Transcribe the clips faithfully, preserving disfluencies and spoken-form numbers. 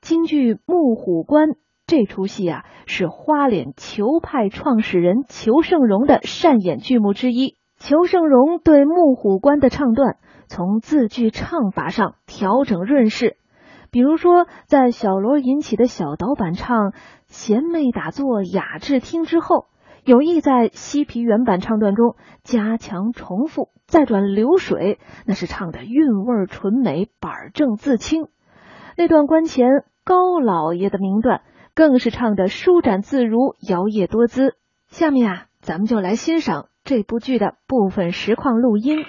京剧《木虎关》这出戏啊，是花脸裘派创始人裘盛戎的擅演剧目之一。裘盛戎对《木虎关》的唱段，从字句唱法上调整润饰。比如说，在小锣引起的小导板唱“贤妹打坐雅致听”之后，有意在西皮原版唱段中加强重复，再转流水，那是唱的韵味纯美，板正自清。那段关前高老爷的名段，更是唱得舒展自如，摇曳多姿。下面啊，咱们就来欣赏这部剧的部分实况录音。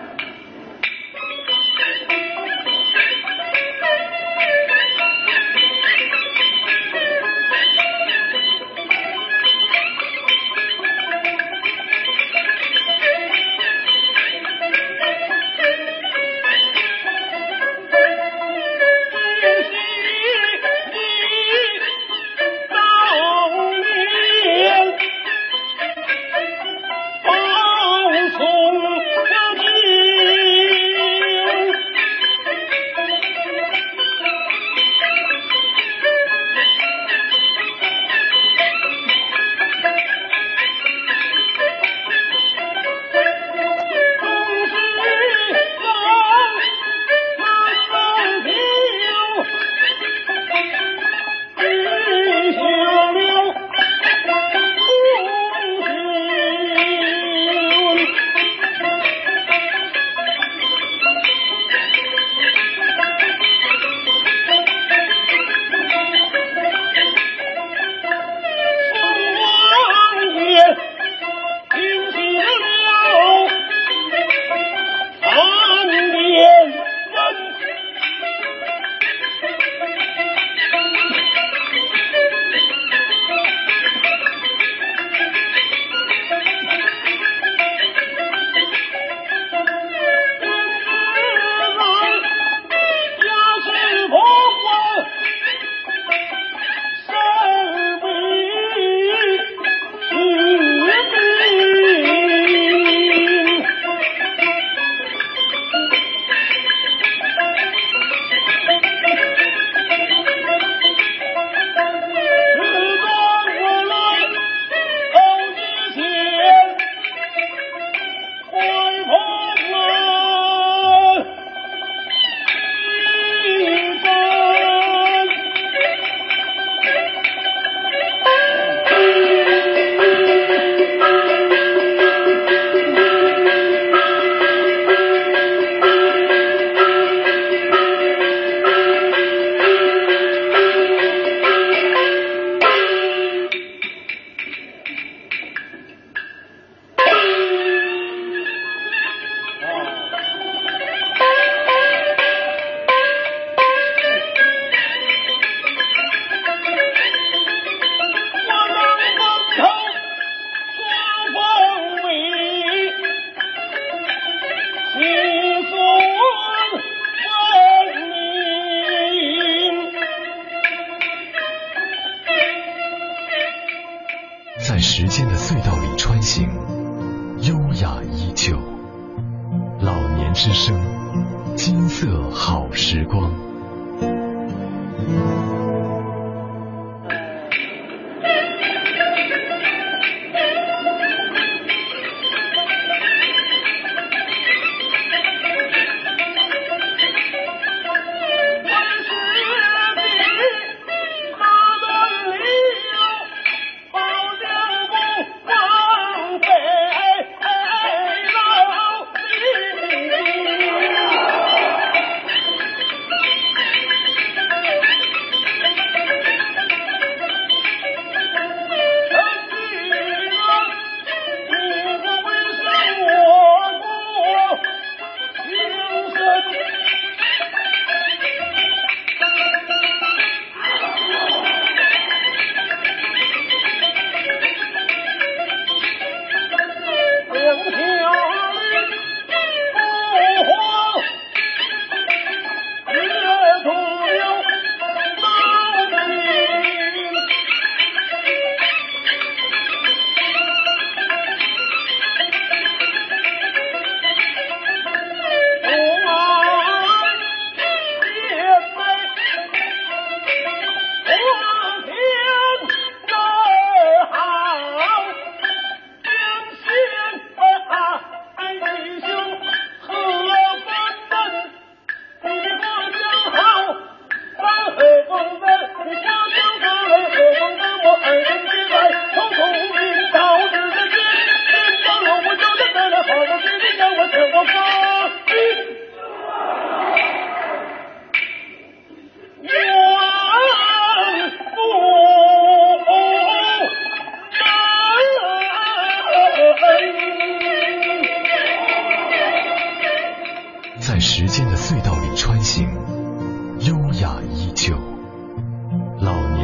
在时间的隧道里穿行，优雅依旧。老年之声，金色好时光。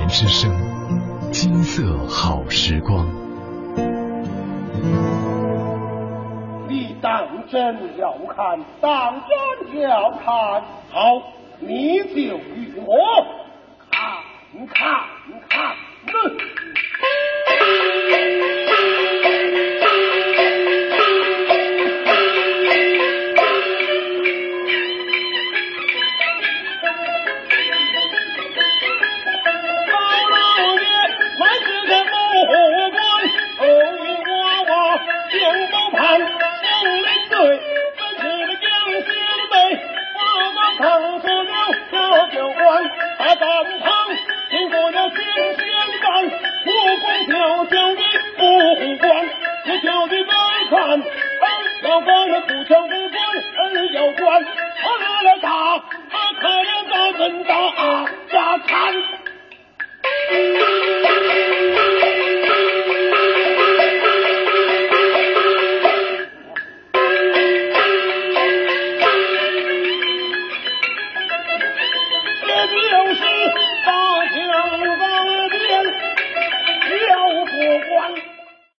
之声，金色好时光。 你当真要看，当真要看，好，你就与我看看看。他开了大门大家看。